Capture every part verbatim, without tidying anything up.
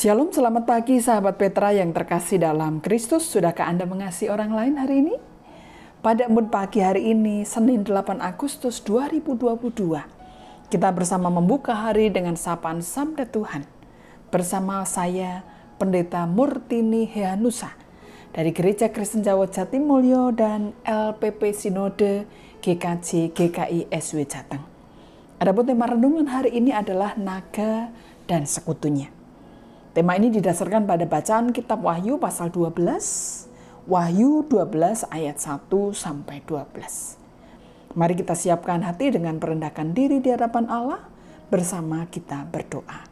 Shalom, selamat pagi sahabat Petra yang terkasih dalam Kristus. Sudahkah Anda mengasihi orang lain hari ini? Pada embun pagi hari ini, Senin delapan Agustus dua ribu dua puluh dua, kita bersama membuka hari dengan sapaan Sabda Tuhan. Bersama saya, Pendeta Murtini Hehanusa, dari Gereja Kristen Jawa Jatimulyo dan L P P Sinode G K J G K I S W Jateng. Adapun tema renungan hari ini adalah naga dan sekutunya. Tema ini didasarkan pada bacaan kitab Wahyu pasal dua belas, Wahyu dua belas ayat satu sampai dua belas. Mari kita siapkan hati dengan merendahkan diri di hadapan Allah, bersama kita berdoa.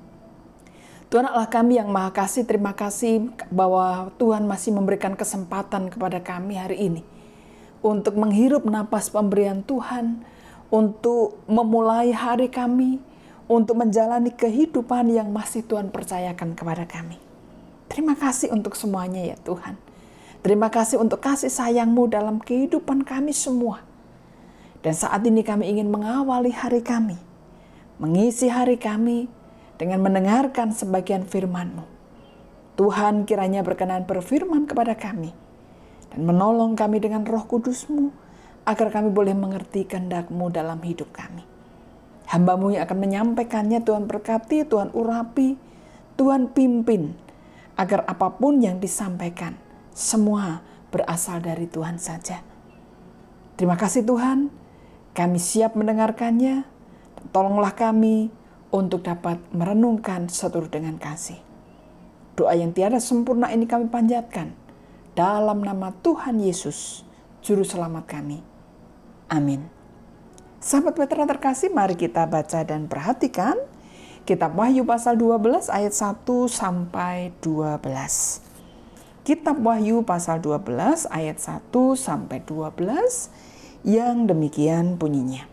Tuhan Allah kami yang Maha Kasih, terima kasih bahwa Tuhan masih memberikan kesempatan kepada kami hari ini untuk menghirup napas pemberian Tuhan, untuk memulai hari kami, untuk menjalani kehidupan yang masih Tuhan percayakan kepada kami. Terima kasih untuk semuanya ya Tuhan. Terima kasih untuk kasih sayang-Mu dalam kehidupan kami semua. Dan saat ini kami ingin mengawali hari kami, mengisi hari kami dengan mendengarkan sebagian firman-Mu. Tuhan kiranya berkenan berfirman kepada kami dan menolong kami dengan Roh Kudus-Mu agar kami boleh mengerti kehendak-Mu dalam hidup kami. Hamba-Mu yang akan menyampaikannya, Tuhan berkati, Tuhan urapi, Tuhan pimpin, agar apapun yang disampaikan, semua berasal dari Tuhan saja. Terima kasih Tuhan, kami siap mendengarkannya, dan tolonglah kami untuk dapat merenungkan seturut dengan kasih. Doa yang tiada sempurna ini kami panjatkan, dalam nama Tuhan Yesus, Juru Selamat kami. Amin. Sahabat Petra terkasih, mari kita baca dan perhatikan kitab Wahyu pasal dua belas ayat satu sampai dua belas. Kitab Wahyu pasal dua belas ayat satu sampai dua belas yang demikian bunyinya.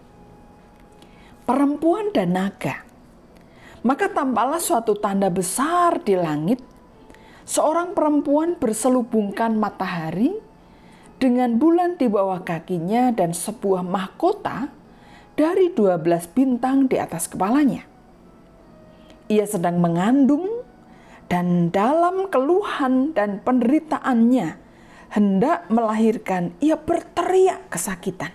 Perempuan dan naga. Maka tampaklah suatu tanda besar di langit, seorang perempuan berselubungkan matahari dengan bulan di bawah kakinya dan sebuah mahkota dari dua belas bintang di atas kepalanya. Ia sedang mengandung dan dalam keluhan dan penderitaannya hendak melahirkan, ia berteriak kesakitan.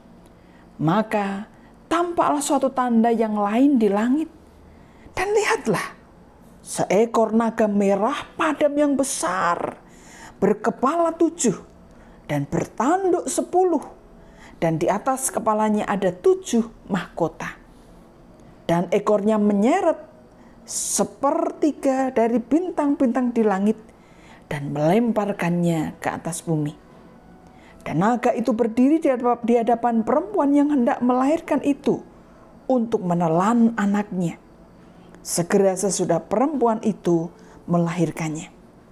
Maka tampaklah suatu tanda yang lain di langit. Dan lihatlah, seekor naga merah padam yang besar, berkepala tujuh dan bertanduk sepuluh. Dan di atas kepalanya ada tujuh mahkota. Dan ekornya menyeret sepertiga dari bintang-bintang di langit dan melemparkannya ke atas bumi. Dan naga itu berdiri di hadapan perempuan yang hendak melahirkan itu untuk menelan anaknya. Segera sesudah perempuan itu melahirkannya,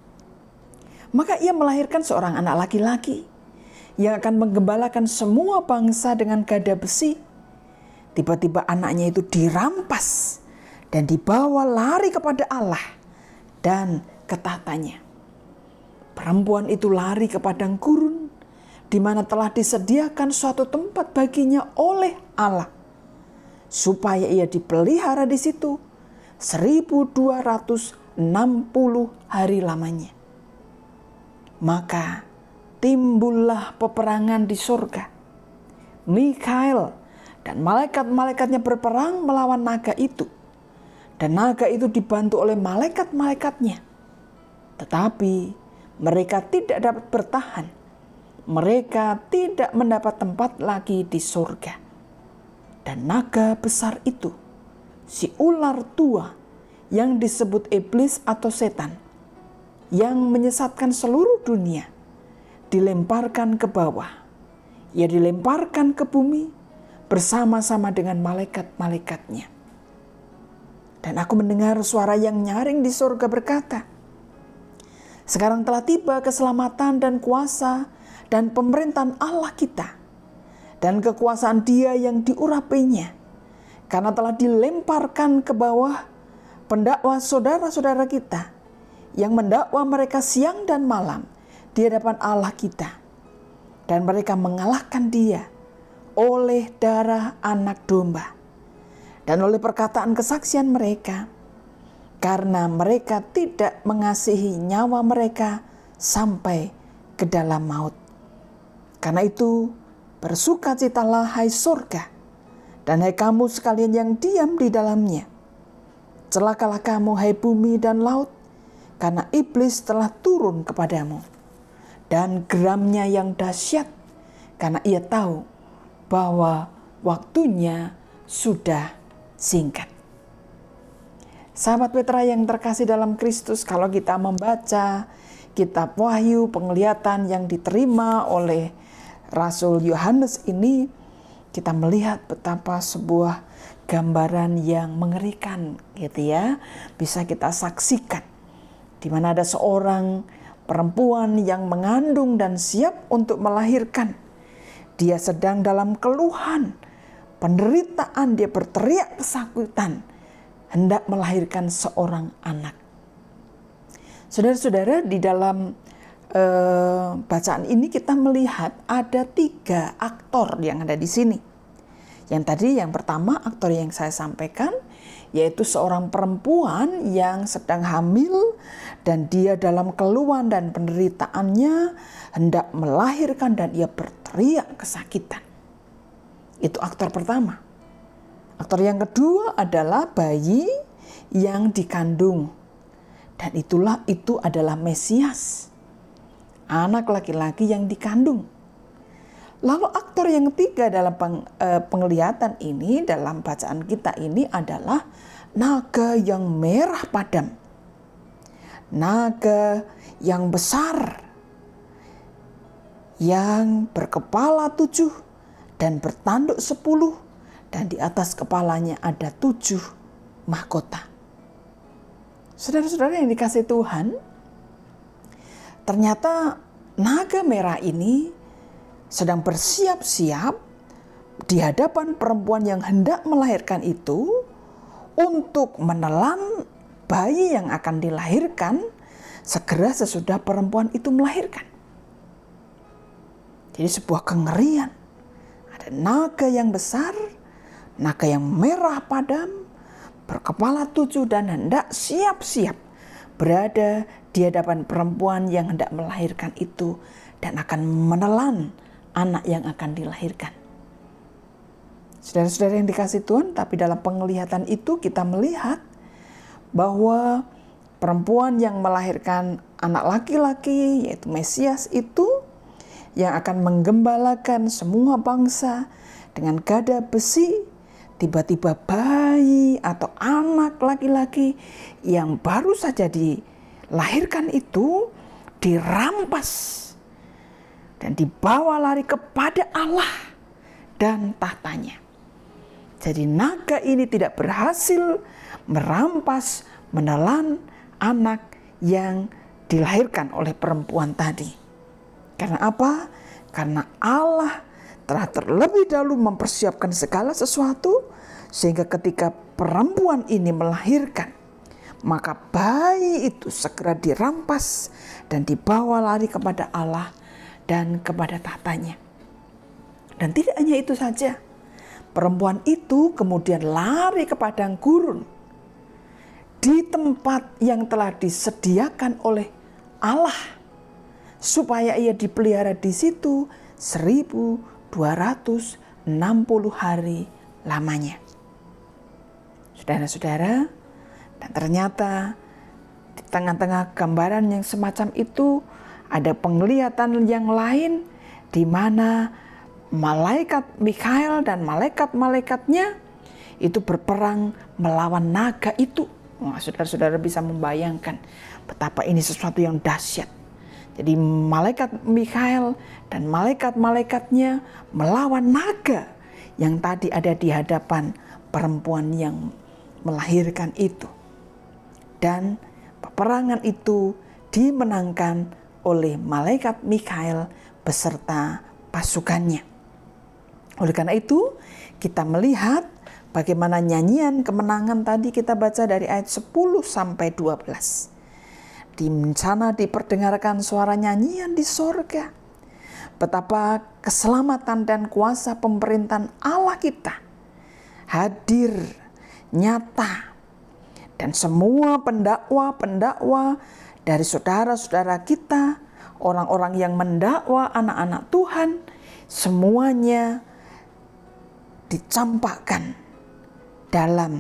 maka ia melahirkan seorang anak laki-laki yang akan menggembalakan semua bangsa dengan gada besi. Tiba-tiba anaknya itu dirampas dan dibawa lari kepada Allah dan ke tahtanya. Perempuan itu lari ke padang gurun, di mana telah disediakan suatu tempat baginya oleh Allah, supaya ia dipelihara di situ seribu dua ratus enam puluh hari lamanya. Maka timbullah peperangan di surga. Mikael dan malaikat-malaikatnya berperang melawan naga itu. Dan naga itu dibantu oleh malaikat-malaikatnya. Tetapi mereka tidak dapat bertahan. Mereka tidak mendapat tempat lagi di surga. Dan naga besar itu, si ular tua yang disebut iblis atau setan, yang menyesatkan seluruh dunia, dilemparkan ke bawah. Ia dilemparkan ke bumi bersama-sama dengan malaikat-malaikatnya. Dan aku mendengar suara yang nyaring di surga berkata, sekarang telah tiba keselamatan dan kuasa dan pemerintahan Allah kita dan kekuasaan Dia yang diurapinya, karena telah dilemparkan ke bawah pendakwa saudara-saudara kita yang mendakwa mereka siang dan malam di hadapan Allah kita, dan mereka mengalahkan Dia oleh darah anak domba dan oleh perkataan kesaksian mereka. karena mereka tidak mengasihi nyawa mereka sampai ke dalam maut. Karena itu, bersukacitalah hai surga, dan hai kamu sekalian yang diam di dalamnya. Celakalah kamu hai bumi dan laut, karena iblis telah turun kepadamu. Dan geramnya yang dahsyat, karena ia tahu bahwa waktunya sudah singkat. Sahabat Petra yang terkasih dalam Kristus, kalau kita membaca kitab Wahyu, penglihatan yang diterima oleh Rasul Yohanes ini, kita melihat betapa sebuah gambaran yang mengerikan gitu ya, bisa kita saksikan, di mana ada seorang perempuan yang mengandung dan siap untuk melahirkan. Dia sedang dalam keluhan, penderitaan, dia berteriak kesakitan, hendak melahirkan seorang anak. Saudara-saudara, di dalam eh, bacaan ini kita melihat ada tiga aktor yang ada di sini. Yang tadi yang pertama aktor yang saya sampaikan, yaitu seorang perempuan yang sedang hamil dan dia dalam keluhan dan penderitaannya hendak melahirkan dan ia berteriak kesakitan. Itu aktor pertama. Aktor yang kedua adalah bayi yang dikandung. Dan itulah itu adalah Mesias, anak laki-laki yang dikandung. Lalu aktor yang ketiga dalam peng, eh, penglihatan ini, dalam bacaan kita ini adalah naga yang merah padam. Naga yang besar, yang berkepala tujuh dan bertanduk sepuluh, dan di atas kepalanya ada tujuh mahkota. Saudara-saudara yang dikasih Tuhan, ternyata naga merah ini sedang bersiap-siap di hadapan perempuan yang hendak melahirkan itu untuk menelan bayi yang akan dilahirkan segera sesudah perempuan itu melahirkan. Jadi sebuah kengerian. Ada naga yang besar, naga yang merah padam, berkepala tujuh dan hendak siap-siap berada di hadapan perempuan yang hendak melahirkan itu dan akan menelan anak yang akan dilahirkan. Saudara-saudara yang dikasih Tuhan, tapi dalam penglihatan itu kita melihat bahwa perempuan yang melahirkan anak laki-laki, yaitu Mesias itu, yang akan menggembalakan semua bangsa dengan gada besi, tiba-tiba bayi atau anak laki-laki yang baru saja dilahirkan itu dirampas dan dibawa lari kepada Allah dan tahtanya. Jadi naga ini tidak berhasil merampas, menelan anak yang dilahirkan oleh perempuan tadi. Karena apa? Karena Allah telah terlebih dahulu mempersiapkan segala sesuatu, sehingga ketika perempuan ini melahirkan, maka bayi itu segera dirampas dan dibawa lari kepada Allah dan kepada tahtanya. Dan tidak hanya itu saja, perempuan itu kemudian lari ke padang gurun di tempat yang telah disediakan oleh Allah, supaya ia dipelihara di situ seribu dua ratus enam puluh hari lamanya. Saudara-saudara, dan ternyata di tengah-tengah gambaran yang semacam itu ada penglihatan yang lain di mana malaikat Mikhael dan malaikat-malaikatnya itu berperang melawan naga itu. Wah, saudara-saudara bisa membayangkan betapa ini sesuatu yang dahsyat. Jadi malaikat Mikhael dan malaikat-malaikatnya melawan naga yang tadi ada di hadapan perempuan yang melahirkan itu. Dan peperangan itu dimenangkan oleh malaikat Mikhael beserta pasukannya. Oleh karena itu, kita melihat bagaimana nyanyian kemenangan tadi kita baca dari ayat sepuluh sampai dua belas. Di sana diperdengarkan suara nyanyian di sorga. Betapa keselamatan dan kuasa pemerintahan Allah kita hadir nyata Dan semua pendakwa-pendakwa dari saudara-saudara kita, orang-orang yang mendakwa anak-anak Tuhan, semuanya dicampakkan dalam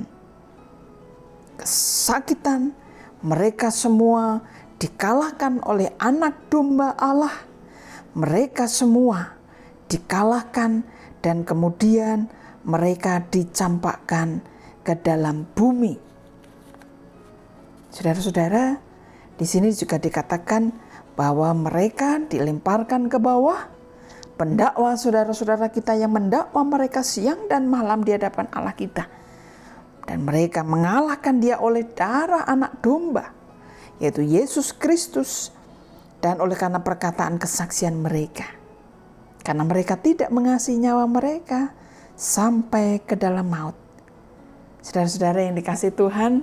kesakitan. Mereka semua dikalahkan oleh anak domba Allah. Mereka semua dikalahkan dan kemudian mereka dicampakkan ke dalam bumi. Saudara-saudara, di sini juga dikatakan bahwa mereka dilemparkan ke bawah. Pendakwa saudara-saudara kita yang mendakwa mereka siang dan malam di hadapan Allah kita. Dan mereka mengalahkan dia oleh darah anak domba, yaitu Yesus Kristus, dan oleh karena perkataan kesaksian mereka. Karena mereka tidak mengasihi nyawa mereka sampai ke dalam maut. Saudara-saudara yang dikasihi Tuhan,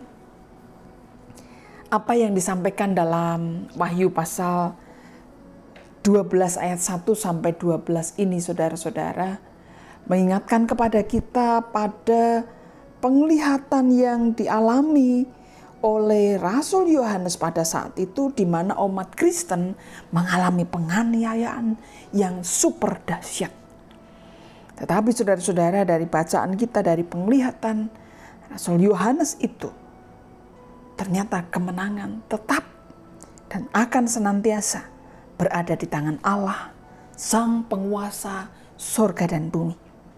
apa yang disampaikan dalam Wahyu pasal dua belas ayat satu sampai dua belas ini, saudara-saudara, mengingatkan kepada kita pada penglihatan yang dialami oleh Rasul Yohanes pada saat itu, di mana umat Kristen mengalami penganiayaan yang super dahsyat. Tetapi saudara-saudara, dari bacaan kita, dari penglihatan Rasul Yohanes itu, ternyata kemenangan tetap dan akan senantiasa berada di tangan Allah, Sang Penguasa surga dan bumi.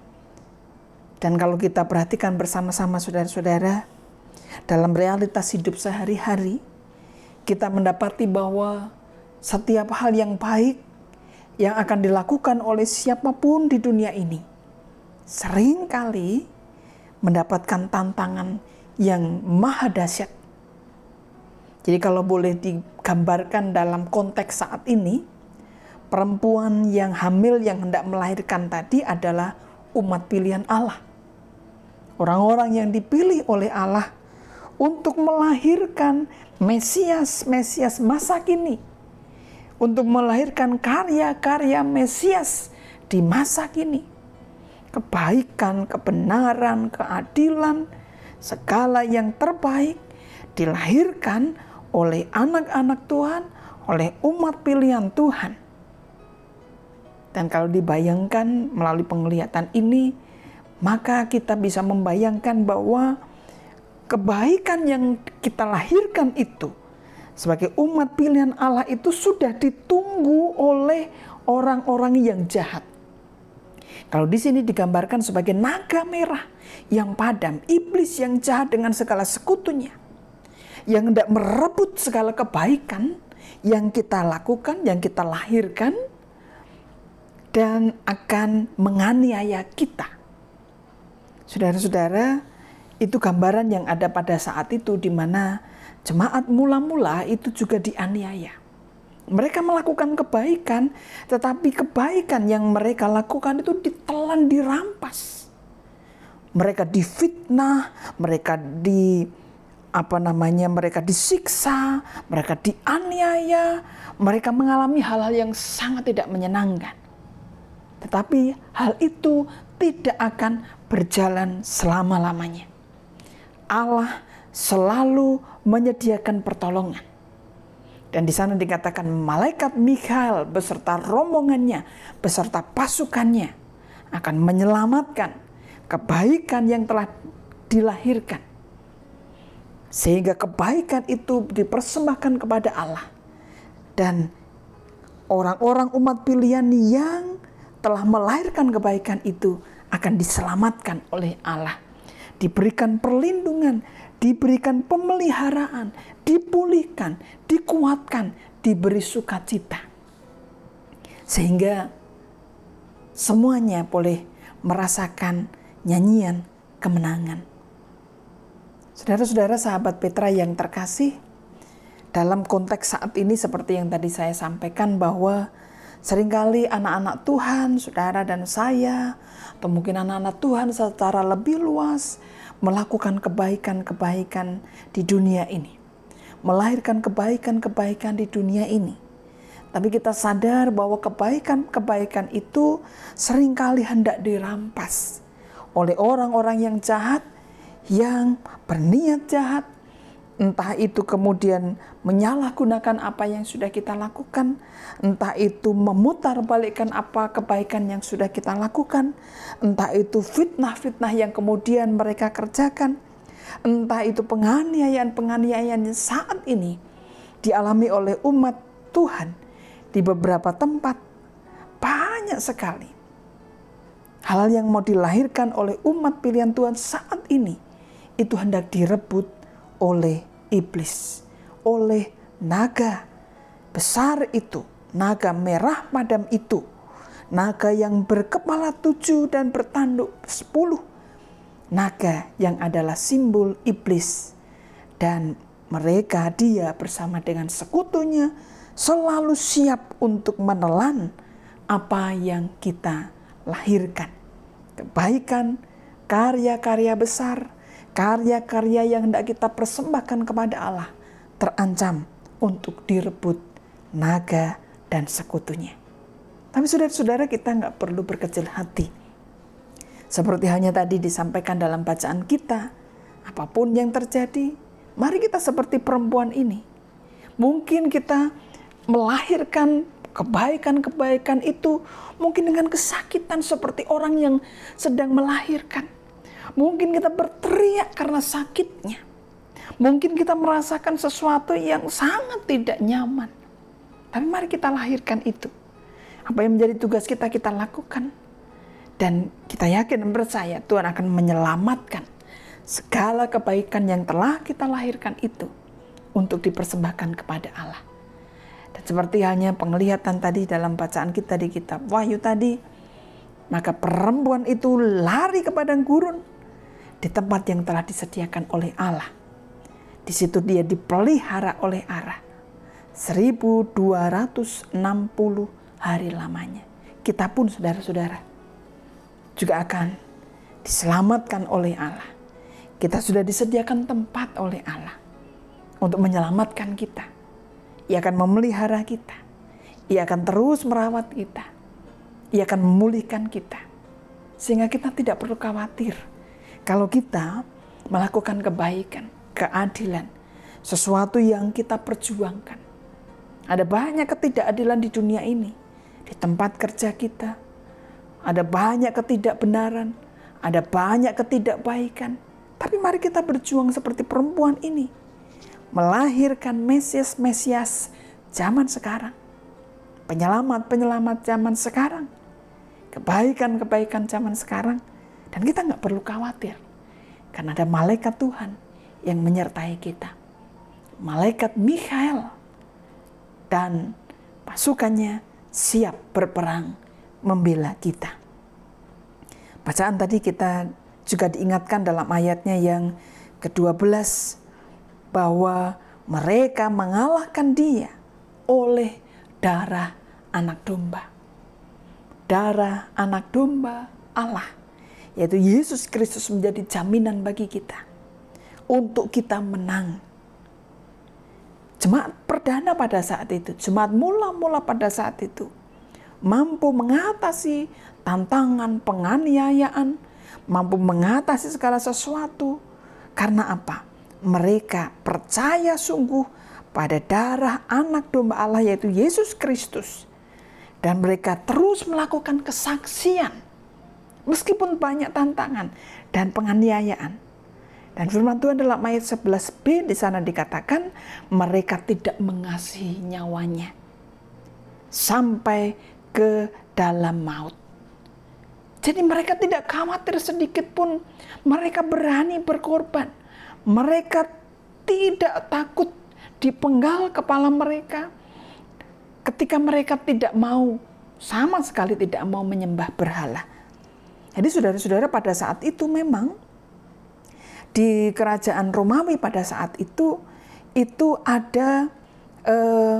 Dan kalau kita perhatikan bersama-sama saudara-saudara, dalam realitas hidup sehari-hari, kita mendapati bahwa setiap hal yang baik yang akan dilakukan oleh siapapun di dunia ini seringkali mendapatkan tantangan yang maha dahsyat. Jadi kalau boleh digambarkan dalam konteks saat ini, perempuan yang hamil yang hendak melahirkan tadi adalah umat pilihan Allah. Orang-orang yang dipilih oleh Allah untuk melahirkan Mesias, Mesias masa kini. Untuk melahirkan karya-karya Mesias di masa kini. Kebaikan, kebenaran, keadilan, segala yang terbaik dilahirkan oleh anak-anak Tuhan, oleh umat pilihan Tuhan. Dan kalau dibayangkan melalui penglihatan ini, maka kita bisa membayangkan bahwa kebaikan yang kita lahirkan itu sebagai umat pilihan Allah itu sudah ditunggu oleh orang-orang yang jahat. Kalau di sini digambarkan sebagai naga merah yang padam, iblis yang jahat dengan segala sekutunya, yang hendak merebut segala kebaikan yang kita lakukan, yang kita lahirkan, dan akan menganiaya kita. Saudara-saudara, itu gambaran yang ada pada saat itu, di mana jemaat mula-mula itu juga dianiaya. Mereka melakukan kebaikan, tetapi kebaikan yang mereka lakukan itu ditelan, dirampas. Mereka difitnah, mereka di apa namanya, mereka disiksa, mereka dianiaya, mereka mengalami hal-hal yang sangat tidak menyenangkan. Tetapi hal itu tidak akan berjalan selama-lamanya. Allah selalu menyediakan pertolongan. Dan di sana dikatakan malaikat Mikhael beserta rombongannya, beserta pasukannya akan menyelamatkan kebaikan yang telah dilahirkan. Sehingga kebaikan itu dipersembahkan kepada Allah. Dan orang-orang umat pilihan yang telah melahirkan kebaikan itu akan diselamatkan oleh Allah. Diberikan perlindungan, diberikan pemeliharaan, dipulihkan, dikuatkan, diberi sukacita. Sehingga semuanya boleh merasakan nyanyian kemenangan. Saudara-saudara, sahabat Petra yang terkasih, dalam konteks saat ini seperti yang tadi saya sampaikan, bahwa seringkali anak-anak Tuhan, saudara dan saya, atau mungkin anak-anak Tuhan secara lebih luas, melakukan kebaikan-kebaikan di dunia ini. Melahirkan kebaikan-kebaikan di dunia ini. Tapi kita sadar bahwa kebaikan-kebaikan itu seringkali hendak dirampas oleh orang-orang yang jahat, yang berniat jahat, Entah itu kemudian menyalahgunakan apa yang sudah kita lakukan, entah itu memutarbalikkan apa kebaikan yang sudah kita lakukan, entah itu fitnah-fitnah yang kemudian mereka kerjakan, entah itu penganiayaan-penganiayaan yang saat ini dialami oleh umat Tuhan di beberapa tempat. Banyak sekali hal yang mau dilahirkan oleh umat pilihan Tuhan saat ini, itu hendak direbut oleh iblis, oleh naga besar itu, naga merah padam itu, naga yang berkepala tujuh dan bertanduk sepuluh, naga yang adalah simbol iblis. Dan mereka, dia bersama dengan sekutunya selalu siap untuk menelan apa yang kita lahirkan. Kebaikan, karya-karya besar, karya-karya yang hendak kita persembahkan kepada Allah terancam untuk direbut naga dan sekutunya. Tapi saudara-saudara, kita nggak perlu berkecil hati. Seperti hanya tadi disampaikan dalam bacaan kita, apapun yang terjadi, mari kita seperti perempuan ini. Mungkin kita melahirkan kebaikan-kebaikan itu mungkin dengan kesakitan seperti orang yang sedang melahirkan. Mungkin kita berteriak karena sakitnya. Mungkin kita merasakan sesuatu yang sangat tidak nyaman. Tapi mari kita lahirkan itu. Apa yang menjadi tugas kita, kita lakukan. Dan kita yakin dan percaya Tuhan akan menyelamatkan segala kebaikan yang telah kita lahirkan itu untuk dipersembahkan kepada Allah. Dan seperti halnya penglihatan tadi dalam bacaan kita di kitab Wahyu tadi, maka perempuan itu lari ke padang gurun di tempat yang telah disediakan oleh Allah. Di situ dia dipelihara oleh Allah seribu dua ratus enam puluh hari lamanya. Kita pun saudara-saudara juga akan diselamatkan oleh Allah. Kita sudah disediakan tempat oleh Allah untuk menyelamatkan kita. Ia akan memelihara kita. Ia akan terus merawat kita. Ia akan memulihkan kita. Sehingga kita tidak perlu khawatir kalau kita melakukan kebaikan, keadilan, sesuatu yang kita perjuangkan. Ada banyak ketidakadilan di dunia ini. Di tempat kerja kita, ada banyak ketidakbenaran, ada banyak ketidakbaikan. Tapi mari kita berjuang seperti perempuan ini. Melahirkan Mesias-Mesias zaman sekarang. Penyelamat-penyelamat zaman sekarang. Kebaikan-kebaikan zaman sekarang. Dan kita nggak perlu khawatir. Karena ada malaikat Tuhan yang menyertai kita. Malaikat Mikhael dan pasukannya siap berperang membela kita. Bacaan tadi kita juga diingatkan dalam ayatnya yang kedua belas bahwa mereka mengalahkan dia oleh darah anak domba. Darah anak domba Allah, yaitu Yesus Kristus, menjadi jaminan bagi kita untuk kita menang. Jemaat perdana pada saat itu, jemaat mula-mula pada saat itu, mampu mengatasi tantangan penganiayaan, mampu mengatasi segala sesuatu. Karena apa? Mereka percaya sungguh pada darah anak domba Allah, yaitu Yesus Kristus. Dan mereka terus melakukan kesaksian, meskipun banyak tantangan dan penganiayaan. Dan firman Tuhan dalam ayat sebelas b di sana dikatakan, mereka tidak mengasihi nyawanya sampai ke dalam maut. Jadi mereka tidak khawatir sedikit pun, mereka berani berkorban. Mereka tidak takut dipenggal kepala mereka ketika mereka tidak mau, sama sekali tidak mau menyembah berhala. Jadi saudara-saudara, pada saat itu memang di kerajaan Romawi pada saat itu itu ada eh,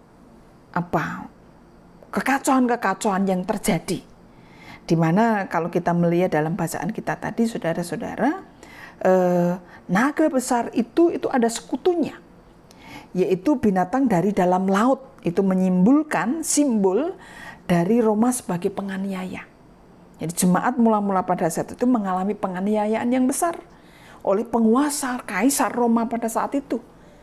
apa kekacauan-kekacauan yang terjadi, di mana kalau kita melihat dalam bacaan kita tadi, saudara-saudara, eh, naga besar itu itu ada sekutunya, yaitu binatang dari dalam laut. Itu menyimbolkan simbol dari Roma sebagai penganiaya. Jadi jemaat mula-mula pada saat itu mengalami penganiayaan yang besar oleh penguasa Kaisar Roma pada saat itu.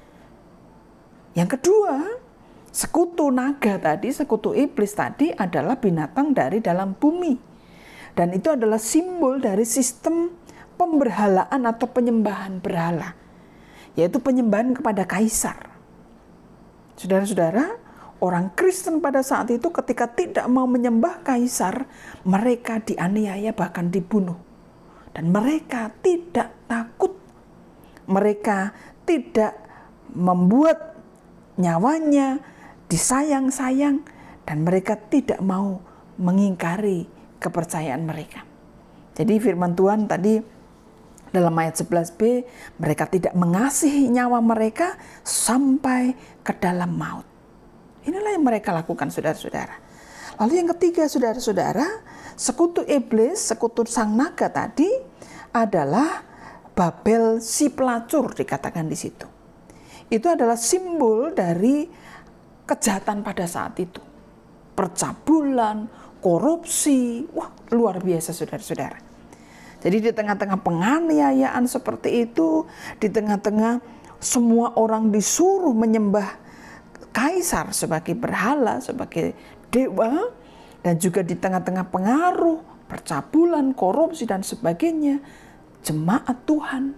Yang kedua, sekutu naga tadi, sekutu iblis tadi adalah binatang dari dalam bumi. Dan itu adalah simbol dari sistem pemberhalaan atau penyembahan berhala, yaitu penyembahan kepada kaisar. Saudara-saudara, orang Kristen pada saat itu ketika tidak mau menyembah kaisar, mereka dianiaya bahkan dibunuh. Dan mereka tidak takut. Mereka tidak membuat nyawanya disayang-sayang, dan mereka tidak mau mengingkari kepercayaan mereka. Jadi firman Tuhan tadi dalam ayat sebelas b, mereka tidak mengasihi nyawa mereka sampai ke dalam maut. Inilah yang mereka lakukan, saudara-saudara. Lalu yang ketiga, saudara-saudara, sekutu iblis, sekutu sang naga tadi adalah Babel si pelacur, dikatakan di situ. Itu adalah simbol dari kejahatan pada saat itu. Percabulan, korupsi, wah luar biasa saudara-saudara. Jadi di tengah-tengah penganiayaan seperti itu, di tengah-tengah semua orang disuruh menyembah kaisar sebagai berhala, sebagai dewa, dan juga di tengah-tengah pengaruh, percabulan, korupsi, dan sebagainya, jemaat Tuhan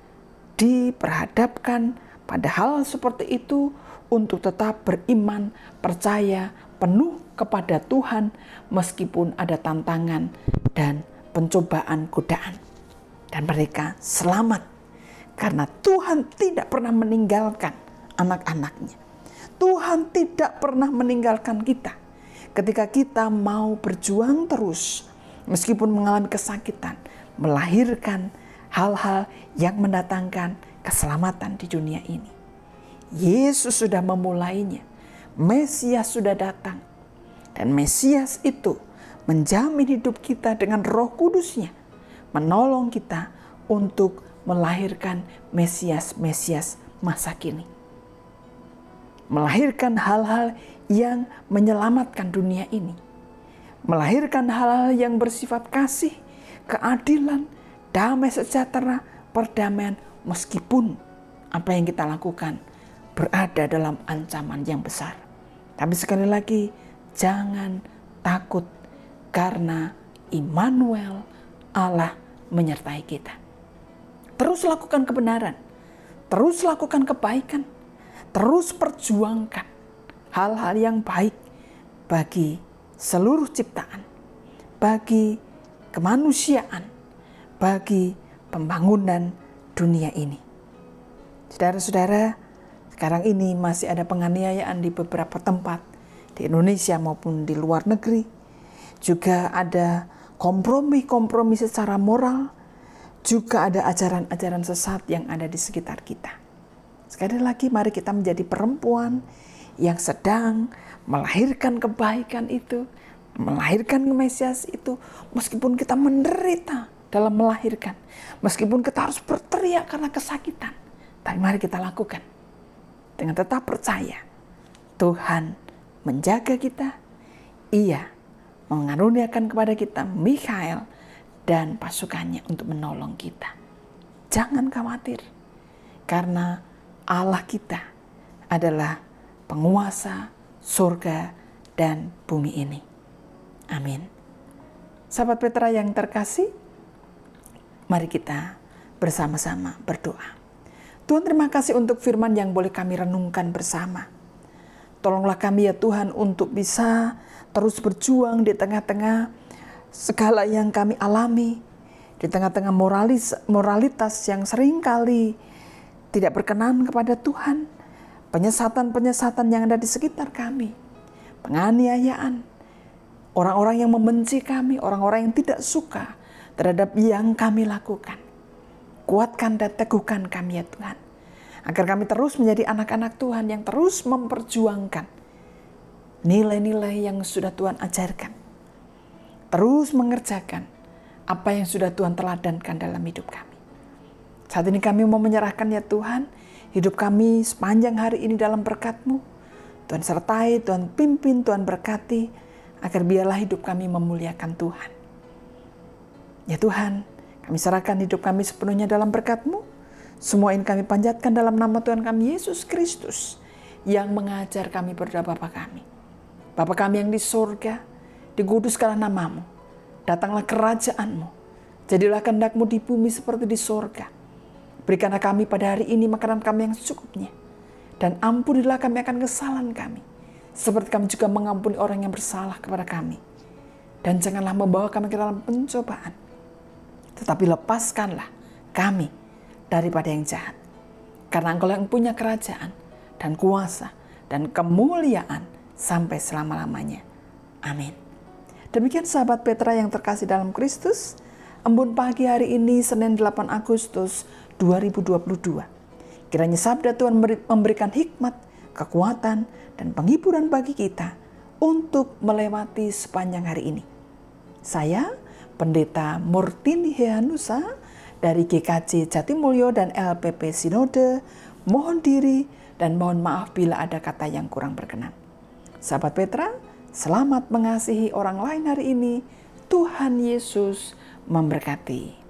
diperhadapkan pada hal seperti itu untuk tetap beriman, percaya, penuh kepada Tuhan meskipun ada tantangan dan pencobaan, godaan. Dan mereka selamat karena Tuhan tidak pernah meninggalkan anak-anaknya. Tuhan tidak pernah meninggalkan kita ketika kita mau berjuang terus meskipun mengalami kesakitan, melahirkan hal-hal yang mendatangkan keselamatan di dunia ini. Yesus sudah memulainya. Mesias sudah datang. Dan Mesias itu menjamin hidup kita dengan Roh Kudus-Nya, menolong kita untuk melahirkan Mesias-Mesias masa kini. Melahirkan hal-hal yang menyelamatkan dunia ini. Melahirkan hal-hal yang bersifat kasih, keadilan, damai sejahtera, perdamaian, meskipun apa yang kita lakukan berada dalam ancaman yang besar. Tapi sekali lagi, jangan takut karena Immanuel, Allah menyertai kita. Terus lakukan kebenaran, terus lakukan kebaikan, terus perjuangkan hal-hal yang baik bagi seluruh ciptaan, bagi kemanusiaan, bagi pembangunan dunia ini. Saudara-saudara, sekarang ini masih ada penganiayaan di beberapa tempat di Indonesia maupun di luar negeri. Juga ada kompromi-kompromi secara moral. Juga ada ajaran-ajaran sesat yang ada di sekitar kita. Sekali lagi, mari kita menjadi perempuan yang sedang melahirkan kebaikan itu, melahirkan Mesias itu, meskipun kita menderita dalam melahirkan, meskipun kita harus berteriak karena kesakitan, tapi mari kita lakukan dengan tetap percaya Tuhan menjaga kita. Ia mengaruniakan kepada kita Mikhael dan pasukannya untuk menolong kita. Jangan khawatir, karena Allah kita adalah penguasa surga dan bumi ini. Amin. Sahabat Petra yang terkasih, mari kita bersama-sama berdoa. Tuhan, terima kasih untuk firman yang boleh kami renungkan bersama. Tolonglah kami ya Tuhan untuk bisa terus berjuang di tengah-tengah segala yang kami alami, di tengah-tengah moralis, moralitas yang seringkali tidak berkenan kepada Tuhan, penyesatan-penyesatan yang ada di sekitar kami, penganiayaan, orang-orang yang membenci kami, orang-orang yang tidak suka terhadap yang kami lakukan. Kuatkan dan teguhkan kami ya Tuhan, agar kami terus menjadi anak-anak Tuhan yang terus memperjuangkan nilai-nilai yang sudah Tuhan ajarkan. Terus mengerjakan apa yang sudah Tuhan teladankan dalam hidup kami. Saat ini kami mau menyerahkan ya Tuhan, hidup kami sepanjang hari ini dalam berkat-Mu. Tuhan sertai, Tuhan pimpin, Tuhan berkati, agar biarlah hidup kami memuliakan Tuhan. Ya Tuhan, Kami serahkan hidup kami sepenuhnya dalam berkat-Mu. Semua ini kami panjatkan dalam nama Tuhan kami Yesus Kristus yang mengajar kami berdoa Bapa kami. Bapa kami yang di surga, dikuduskanlah nama-Mu. Datanglah kerajaan-Mu. Jadilah kehendak-Mu di bumi seperti di surga. Berikanlah kami pada hari ini makanan kami yang secukupnya. Dan ampunilah kami akan kesalahan kami. Seperti kami juga mengampuni orang yang bersalah kepada kami. Dan janganlah membawa kami ke dalam pencobaan. Tetapi lepaskanlah kami daripada yang jahat. Karena Engkau yang punya kerajaan dan kuasa dan kemuliaan sampai selama-lamanya. Amin. Demikian sahabat Petra yang terkasih dalam Kristus, embun pagi hari ini Senin delapan Agustus dua ribu dua puluh dua. Kiranya sabda Tuhan memberikan hikmat, kekuatan, dan penghiburan bagi kita untuk melewati sepanjang hari ini. Saya, Pendeta Murtini Hehanusa dari G K J Jatimulyo dan L P P Sinode, mohon diri dan mohon maaf bila ada kata yang kurang berkenan. Sahabat Petra, selamat mengasihi orang lain hari ini. Tuhan Yesus memberkati.